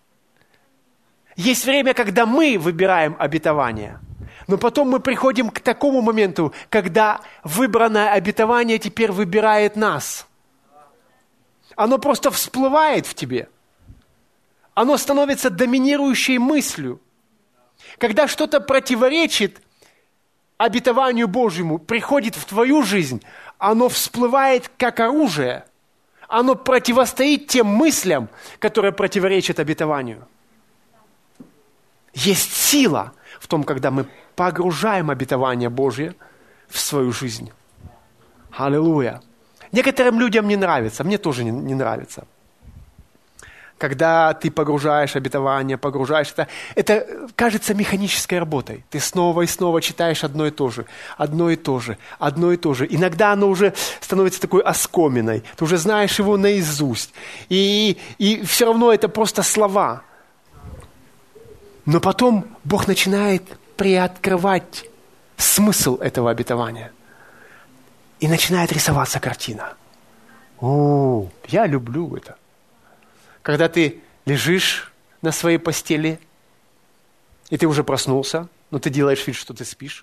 Есть время, когда мы выбираем обетование. Но потом мы приходим к такому моменту, когда выбранное обетование теперь выбирает нас. Оно просто всплывает в тебе. Оно становится доминирующей мыслью. Когда что-то противоречит обетованию Божьему, приходит в твою жизнь, оно всплывает как оружие. Оно противостоит тем мыслям, которые противоречат обетованию. Есть сила в том, когда мы погружаем обетование Божье в свою жизнь. Аллилуйя. Некоторым людям не нравится, мне тоже не, не нравится. Когда ты погружаешь обетование, погружаешь, это, это кажется механической работой. Ты снова и снова читаешь одно и то же, одно и то же, одно и то же. Иногда оно уже становится такой оскоминой. Ты уже знаешь его наизусть. И, и все равно это просто слова. Но потом Бог начинает приоткрывать смысл этого обетования. И начинает рисоваться картина. О, я люблю это. Когда ты лежишь на своей постели, и ты уже проснулся, но ты делаешь вид, что ты спишь,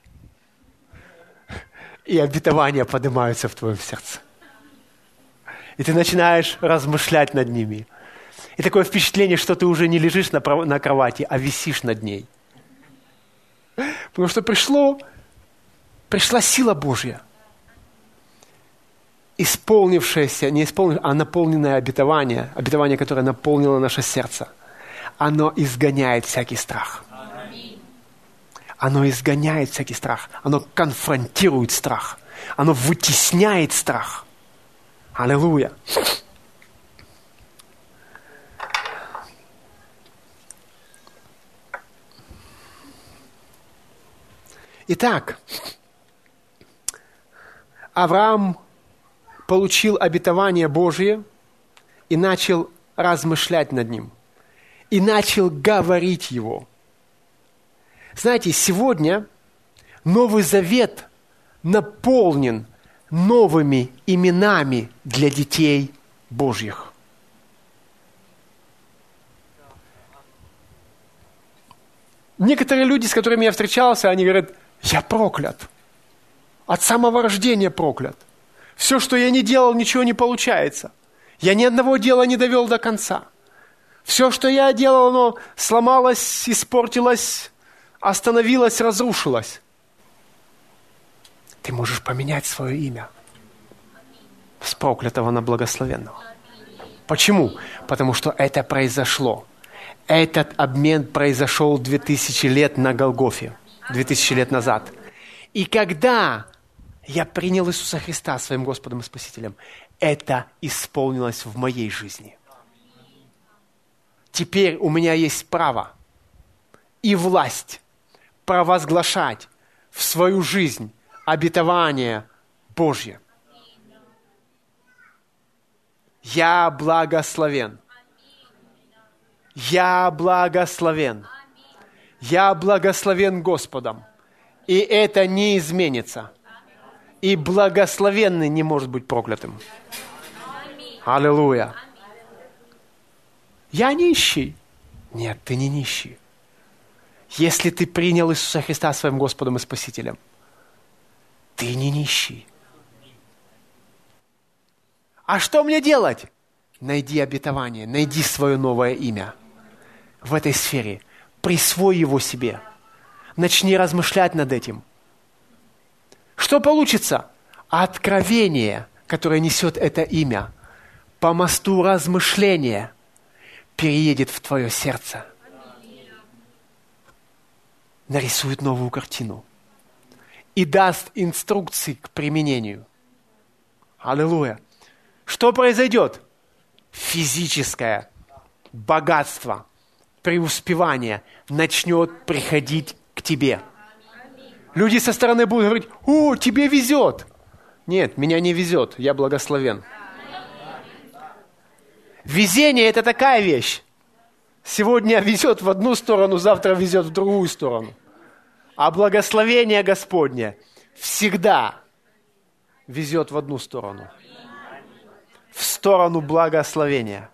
и обетования поднимаются в твоем сердце. И ты начинаешь размышлять над ними. И такое впечатление, что ты уже не лежишь на, на кровати, а висишь над ней. Потому что пришло, пришла сила Божья. Исполнившееся, не исполнившееся, а наполненное обетование, обетование, которое наполнило наше сердце, оно изгоняет всякий страх. Оно изгоняет всякий страх. Оно конфронтирует страх. Оно вытесняет страх. Аллилуйя. Итак, Авраам получил обетование Божие и начал размышлять над ним. и начал говорить его. Знаете, сегодня Новый Завет наполнен новыми именами для детей Божьих. Некоторые люди, с которыми я встречался, они говорят: я проклят. От самого рождения проклят. Все, что я не делал, ничего не получается. Я ни одного дела не довел до конца. Все, что я делал, оно сломалось, испортилось, остановилось, разрушилось. Ты можешь поменять свое имя с проклятого на благословенного. Почему? Потому что это произошло. Этот обмен произошел две тысячи лет на Голгофе, две тысячи лет назад. И когда я принял Иисуса Христа своим Господом и Спасителем, это исполнилось в моей жизни. Теперь у меня есть право и власть провозглашать в свою жизнь обетование Божье. Я благословен. Я благословен. Я благословен Господом. И это не изменится. И благословенный не может быть проклятым. Аллилуйя. Я нищий. Нет, ты не нищий. Если ты принял Иисуса Христа своим Господом и Спасителем, ты не нищий. А что мне делать? Найди обетование, найди свое новое имя в этой сфере. Присвой его себе. Начни размышлять над этим. Что получится? Откровение, которое несет это имя, по мосту размышления переедет в твое сердце. Нарисует новую картину и даст инструкции к применению. Аллилуйя. Что произойдет? Физическое богатство, преуспевание начнет приходить к тебе. Люди со стороны будут говорить: «О, тебе везет». Нет, меня не везет, я благословен. Везение – это такая вещь. Сегодня везет в одну сторону, завтра везет в другую сторону. А благословение Господне всегда везет в одну сторону. В сторону благословения.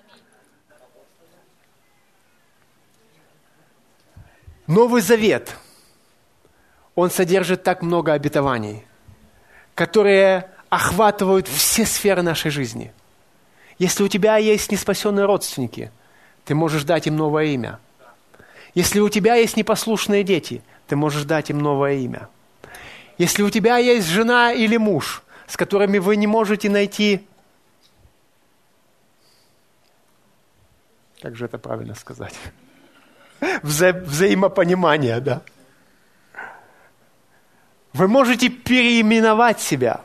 Новый Завет, он содержит так много обетований, которые охватывают все сферы нашей жизни. Если у тебя есть неспасенные родственники, ты можешь дать им новое имя. Если у тебя есть непослушные дети, ты можешь дать им новое имя. Если у тебя есть жена или муж, с которыми вы не можете найти... Как же это правильно сказать? Вза... Взаимопонимание, да. Вы можете переименовать себя.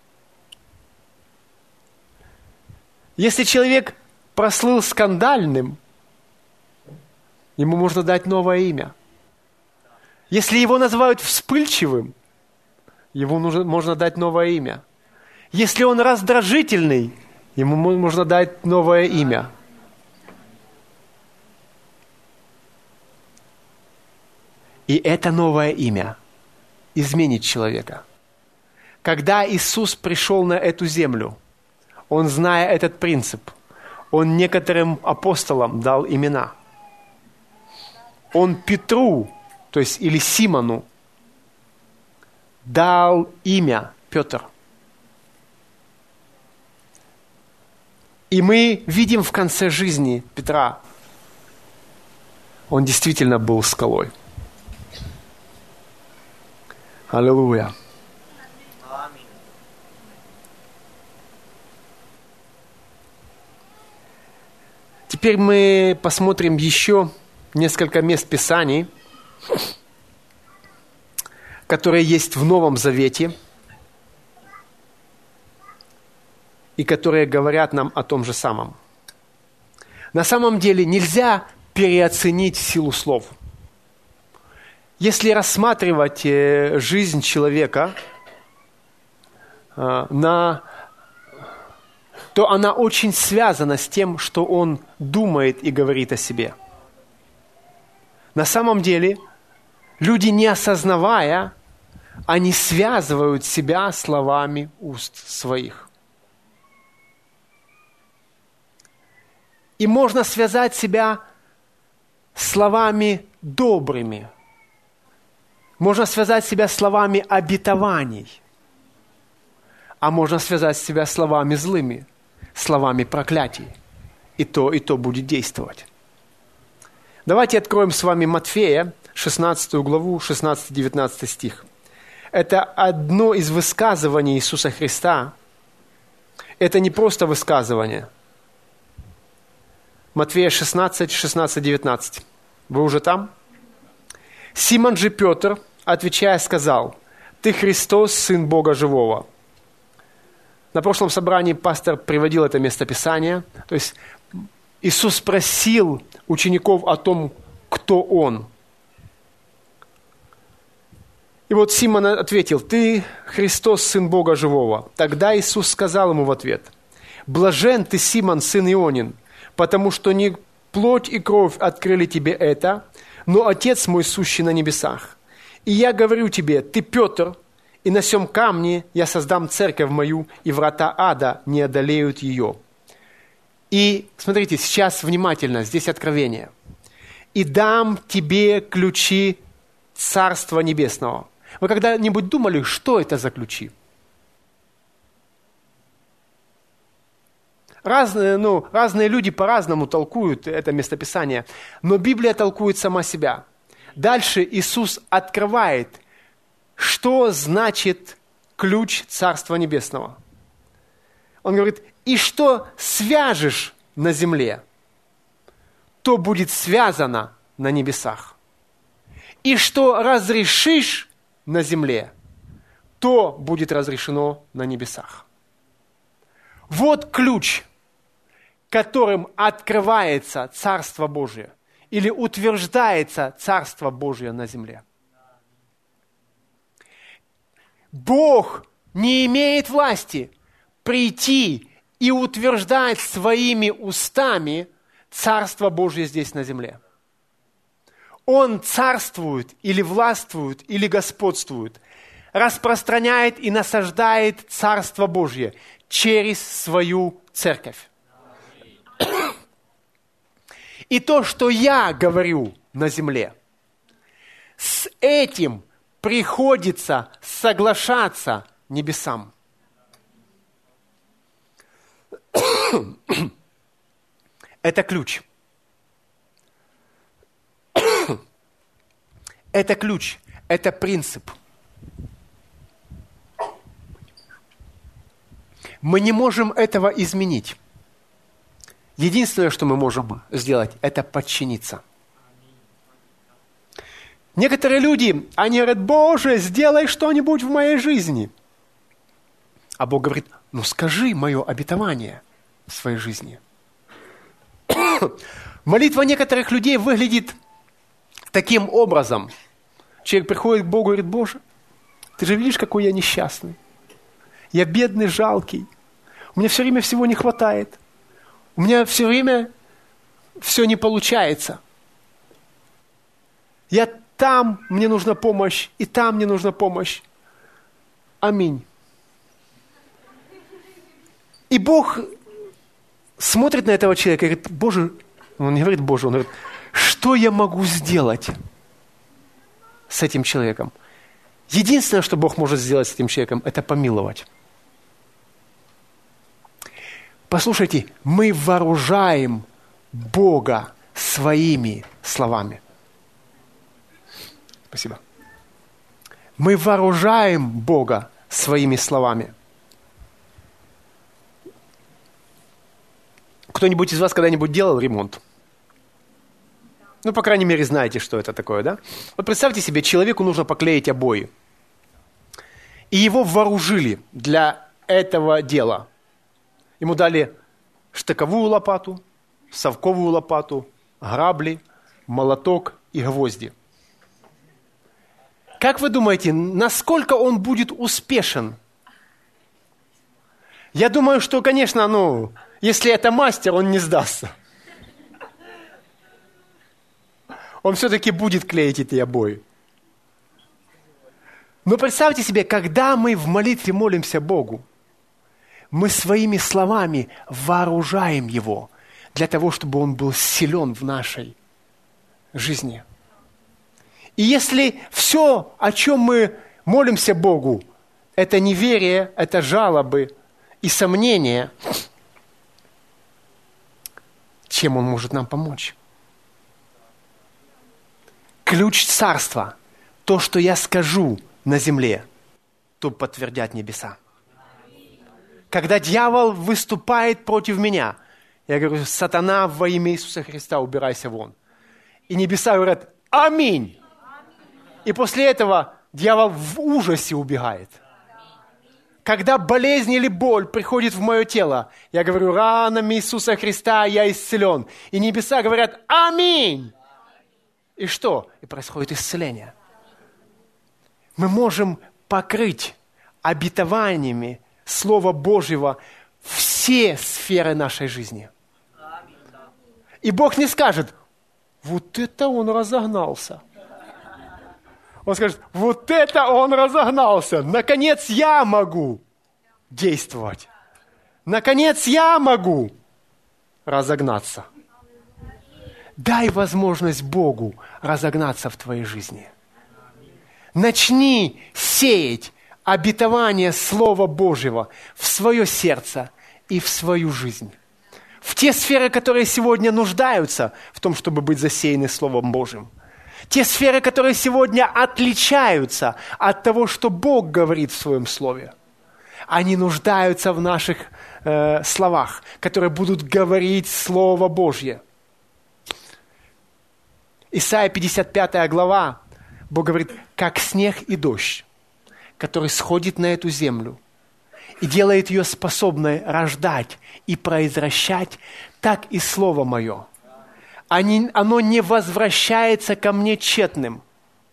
Если человек прослыл скандальным, ему можно дать новое имя. Если его называют вспыльчивым, ему нужно, можно дать новое имя. Если он раздражительный, ему можно дать новое имя. И это новое имя изменит человека. Когда Иисус пришел на эту землю, Он, зная этот принцип, Он некоторым апостолам дал имена. Он Петру, то есть или Симону, дал имя Петр. И мы видим в конце жизни Петра, он действительно был скалой. Аллилуйя. Теперь мы посмотрим еще несколько мест Писаний, которые есть в Новом Завете и которые говорят нам о том же самом. На самом деле нельзя переоценить силу слов. Если рассматривать жизнь человека на то она очень связана с тем, что он думает и говорит о себе. На самом деле, люди, не осознавая, они связывают себя словами уст своих. И можно связать себя словами добрыми. Можно связать себя словами обетований. А можно связать себя словами злыми, словами проклятий. И то, и то будет действовать. Давайте откроем с вами Матфея, шестнадцатую главу, шестнадцатый-девятнадцатый стих. Это одно из высказываний Иисуса Христа. Это не просто высказывание. Матфея шестнадцать, шестнадцать, девятнадцать. Вы уже там? Симон же Петр, отвечая, сказал: «Ты Христос, Сын Бога Живого». На прошлом собрании пастор приводил это местописание. То есть Иисус спросил учеников о том, кто Он. И вот Симон ответил: «Ты Христос, Сын Бога Живого». Тогда Иисус сказал ему в ответ: «Блажен ты, Симон, сын Ионин, потому что не плоть и кровь открыли тебе это, но Отец мой, сущий на небесах. И я говорю тебе: ты Петр, и на сем камне я создам церковь мою, и врата ада не одолеют ее». И смотрите, сейчас внимательно, здесь откровение. «И дам тебе ключи Царства Небесного». Вы когда-нибудь думали, что это за ключи? Разные, ну, разные люди по-разному толкуют это местописание, но Библия толкует сама себя. Дальше Иисус открывает, что значит ключ Царства Небесного. Он говорит: «И что свяжешь на земле, то будет связано на небесах. И что разрешишь на земле, то будет разрешено на небесах». Вот ключ, которым открывается Царство Божие или утверждается Царство Божие на земле. Бог не имеет власти прийти и утверждать своими устами Царство Божие здесь на земле. Он царствует или властвует, или господствует, распространяет и насаждает Царство Божие через свою церковь. И то, что я говорю на земле, с этим приходится соглашаться небесам. Это ключ. Это ключ, это принцип. Мы не можем этого изменить. Единственное, что мы можем сделать, это подчиниться. Некоторые люди, они говорят: «Боже, сделай что-нибудь в моей жизни». А Бог говорит: «Ну скажи мое обетование в своей жизни». Молитва некоторых людей выглядит таким образом. Человек приходит к Богу и говорит: «Боже, ты же видишь, какой я несчастный. Я бедный, жалкий. У меня все время всего не хватает. У меня все время все не получается. Я там, мне нужна помощь, и там мне нужна помощь. Аминь». И Бог смотрит на этого человека и говорит: «Боже», он не говорит «Боже», он говорит: «Что я могу сделать с этим человеком?» Единственное, что Бог может сделать с этим человеком, это помиловать. Послушайте, мы вооружаем Бога своими словами. Спасибо. Мы вооружаем Бога своими словами. Кто-нибудь из вас когда-нибудь делал ремонт? Ну, по крайней мере, знаете, что это такое, да? Вот представьте себе, человеку нужно поклеить обои. И его вооружили для этого дела. Ему дали штыковую лопату, совковую лопату, грабли, молоток и гвозди. Как вы думаете, насколько он будет успешен? Я думаю, что, конечно, ну, если это мастер, он не сдастся. Он все-таки будет клеить эти обои. Но представьте себе, когда мы в молитве молимся Богу, мы своими словами вооружаем Его для того, чтобы Он был силен в нашей жизни. И если все, о чем мы молимся Богу, это неверие, это жалобы и сомнения, чем Он может нам помочь? Ключ царства, то, что я скажу на земле, то подтвердят небеса. Когда дьявол выступает против меня, я говорю: сатана, во имя Иисуса Христа, убирайся вон. И небеса говорят: аминь. И после этого дьявол в ужасе убегает. Когда болезнь или боль приходит в мое тело, я говорю: ранами Иисуса Христа я исцелен. И небеса говорят: аминь. И что? И происходит исцеление. Мы можем покрыть обетованиями Слова Божьего все сферы нашей жизни. И Бог не скажет: вот это он разогнался. Он скажет: вот это он разогнался. Наконец я могу действовать. Наконец я могу разогнаться. Дай возможность Богу разогнаться в твоей жизни. Начни сеять обетование Слова Божьего в свое сердце и в свою жизнь. В те сферы, которые сегодня нуждаются в том, чтобы быть засеяны Словом Божьим. Те сферы, которые сегодня отличаются от того, что Бог говорит в Своем Слове. Они нуждаются в наших э, словах, которые будут говорить Слово Божье. Исайя пятьдесят пятая глава, Бог говорит: как снег и дождь, который сходит на эту землю и делает ее способной рождать и произвращать, так и Слово Мое. Они, оно не возвращается ко мне тщетным.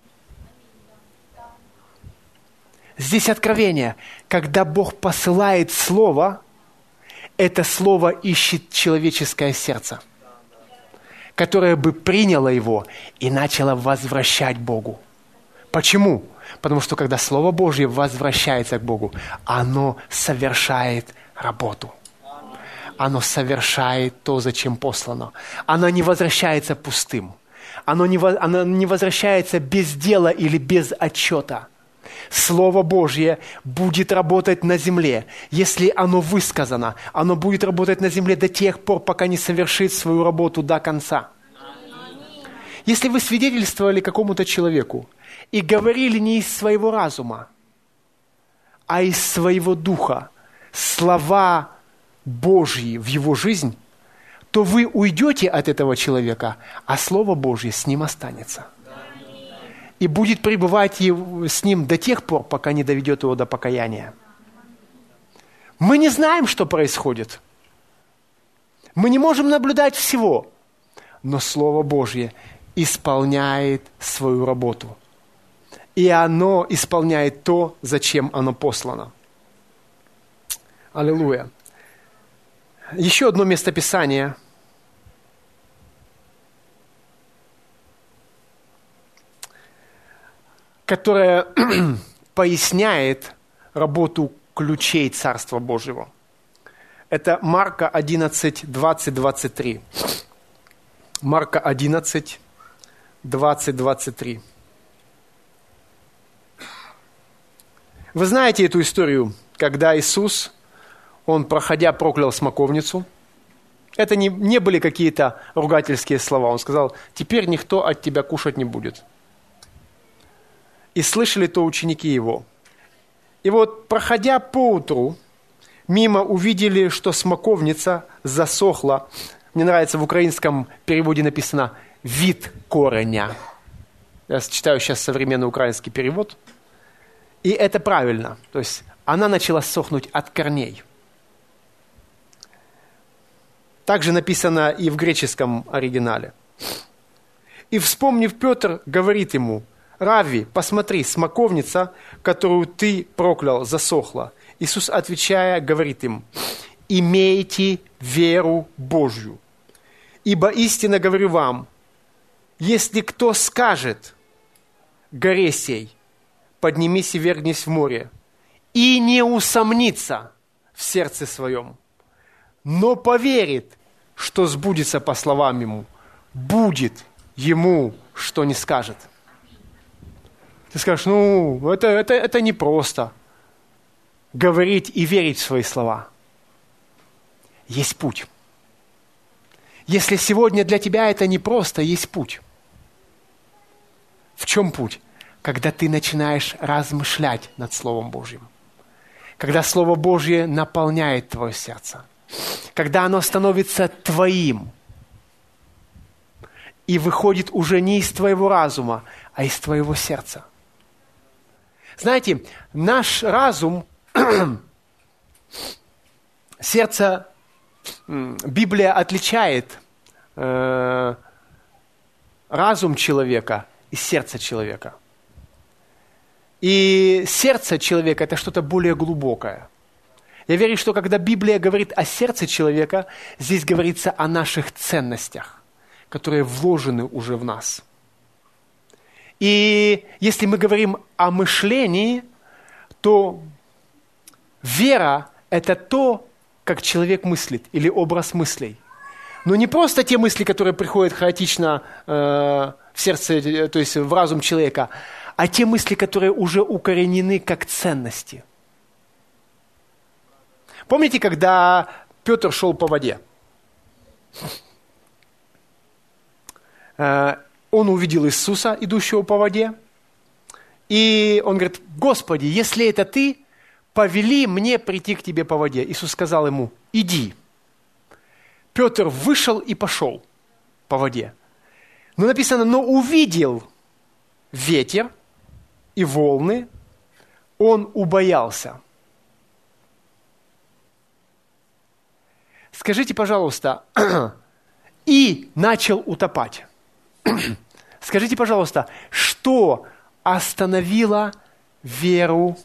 Здесь откровение. Когда Бог посылает Слово, это Слово ищет человеческое сердце, которое бы приняло его и начало возвращать Богу. Почему? Потому что когда Слово Божье возвращается к Богу, оно совершает работу. Оно совершает то, зачем послано. Оно не возвращается пустым. Оно не, оно не возвращается без дела или без отчета. Слово Божье будет работать на земле. Если оно высказано, оно будет работать на земле до тех пор, пока не совершит свою работу до конца. Если вы свидетельствовали какому-то человеку и говорили не из своего разума, а из своего духа слова Божьи в его жизнь, то вы уйдете от этого человека, а Слово Божье с ним останется. И будет пребывать с ним до тех пор, пока не доведет его до покаяния. Мы не знаем, что происходит. Мы не можем наблюдать всего. Но Слово Божье исполняет свою работу. И оно исполняет то, зачем оно послано. Аллилуйя. Еще одно местописание. Которое поясняет работу ключей Царства Божьего. Это Марка одиннадцать, двадцать, двадцать три. Марка одиннадцать, двадцать, двадцать три. Вы знаете эту историю, когда Иисус, Он, проходя, проклял смоковницу. Это не, не были какие-то ругательские слова. Он сказал: теперь никто от тебя кушать не будет. И слышали то ученики Его. И вот, проходя поутру, мимо увидели, что смоковница засохла. Мне нравится, в украинском переводе написано «вид кореня». Я читаю сейчас современный украинский перевод. И это правильно. То есть она начала сохнуть от корней. Также написано и в греческом оригинале. И, вспомнив, Петр говорит ему: «Равви, посмотри, смоковница, которую ты проклял, засохла». Иисус, отвечая, говорит им: «Имейте веру Божью. Ибо истинно говорю вам, если кто скажет горе сей, поднимись и вергнись в море, и не усомнится в сердце своем, но поверит, что сбудется по словам ему, будет ему, что не скажет». Ты скажешь: ну, это, это, это непросто говорить и верить в свои слова. Есть путь. Если сегодня для тебя это непросто, есть путь. В чем путь? Когда ты начинаешь размышлять над Словом Божьим. Когда Слово Божье наполняет твое сердце. Когда оно становится твоим. И выходит уже не из твоего разума, а из твоего сердца. Знаете, наш разум, сердце, Библия отличает э, разум человека и сердце человека. И сердце человека – это что-то более глубокое. Я верю, что когда Библия говорит о сердце человека, здесь говорится о наших ценностях, которые вложены уже в нас. И если мы говорим о мышлении, то вера – это то, как человек мыслит, или образ мыслей. Но не просто те мысли, которые приходят хаотично э, в сердце, то есть в разум человека, а те мысли, которые уже укоренены как ценности. Помните, когда Петр шел по воде? Э, он увидел Иисуса, идущего по воде, и он говорит: «Господи, если это ты, повели мне прийти к тебе по воде». Иисус сказал ему: «Иди». Петр вышел и пошел по воде. Но написано: «Но увидел ветер и волны, он убоялся». Скажите, пожалуйста, и начал утопать. Скажите, пожалуйста, что остановило веру?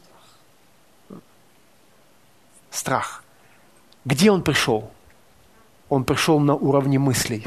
Страх. Где он пришел? Он пришел на уровне мыслей.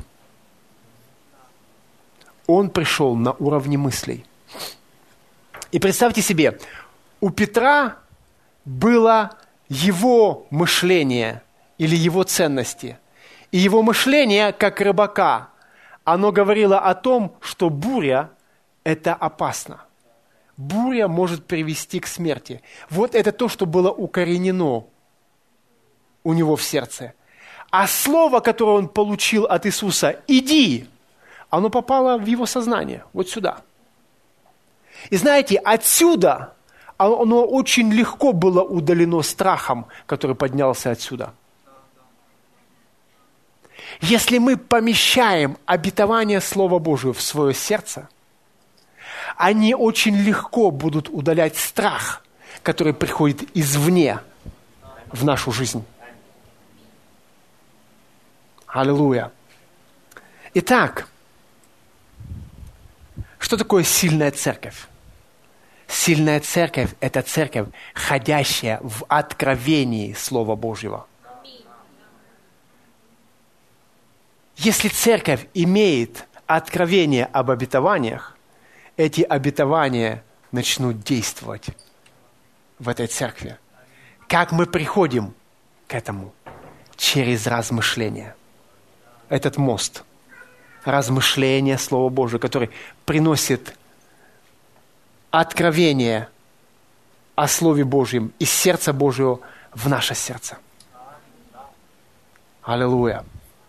Он пришел на уровне мыслей. И представьте себе, у Петра было его мышление или его ценности. И его мышление, как рыбака, оно говорило о том, что буря – это опасно. Буря может привести к смерти. Вот это то, что было укоренено у него в сердце. А слово, которое он получил от Иисуса «иди», оно попало в его сознание, вот сюда. И знаете, отсюда оно очень легко было удалено страхом, который поднялся отсюда. Если мы помещаем обетование Слова Божьего в свое сердце, они очень легко будут удалять страх, который приходит извне в нашу жизнь. Аллилуйя. Итак, что такое сильная церковь? Сильная церковь – это церковь, ходящая в откровении Слова Божьего. Если церковь имеет откровение об обетованиях, эти обетования начнут действовать в этой церкви. Как мы приходим к этому? Через размышления. Этот мост. Размышление Слова Божьего, который приносит откровение о Слове Божьем из сердца Божьего в наше сердце. Аллилуйя.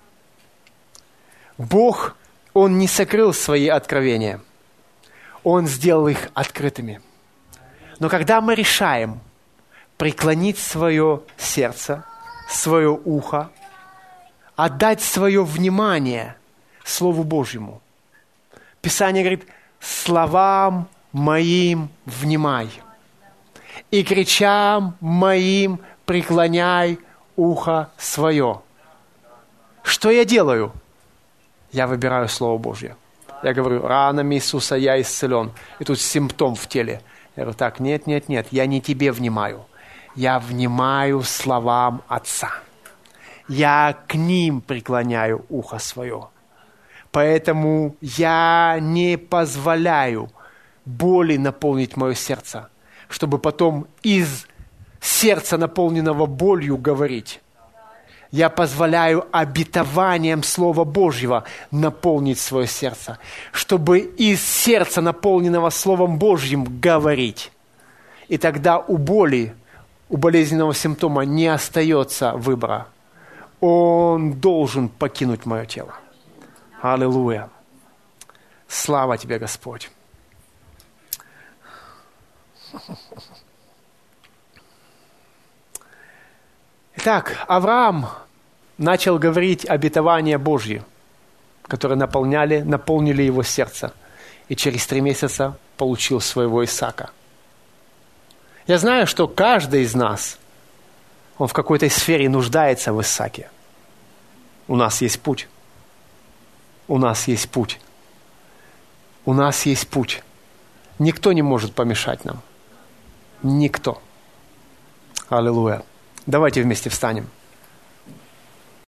Бог, Он не сокрыл свои откровения. Он сделал их открытыми. Но когда мы решаем преклонить свое сердце, свое ухо, отдать свое внимание Слову Божьему, Писание говорит: «Словам моим внимай, и к речам моим преклоняй ухо свое». Что я делаю? Я выбираю Слово Божье. Я говорю: ранами Иисуса я исцелен. И тут симптом в теле. Я говорю: так, нет, нет, нет, я не тебе внимаю. я внимаю словам Отца. Я к ним преклоняю ухо свое. Поэтому я не позволяю боли наполнить мое сердце, чтобы потом из сердца, наполненного болью, говорить. Я позволяю обетованием Слова Божьего наполнить свое сердце, чтобы из сердца, наполненного Словом Божьим, говорить. И тогда у боли, у болезненного симптома не остается выбора. Он должен покинуть мое тело. Аллилуйя. Слава Тебе, Господь. Итак, Авраам начал говорить обетования Божьи, которые наполняли, наполнили его сердце. И через три месяца получил своего Исаака. Я знаю, что каждый из нас, он в какой-то сфере нуждается в Исааке. У нас есть путь. У нас есть путь. У нас есть путь. Никто не может помешать нам. Никто. Аллилуйя. Давайте вместе встанем.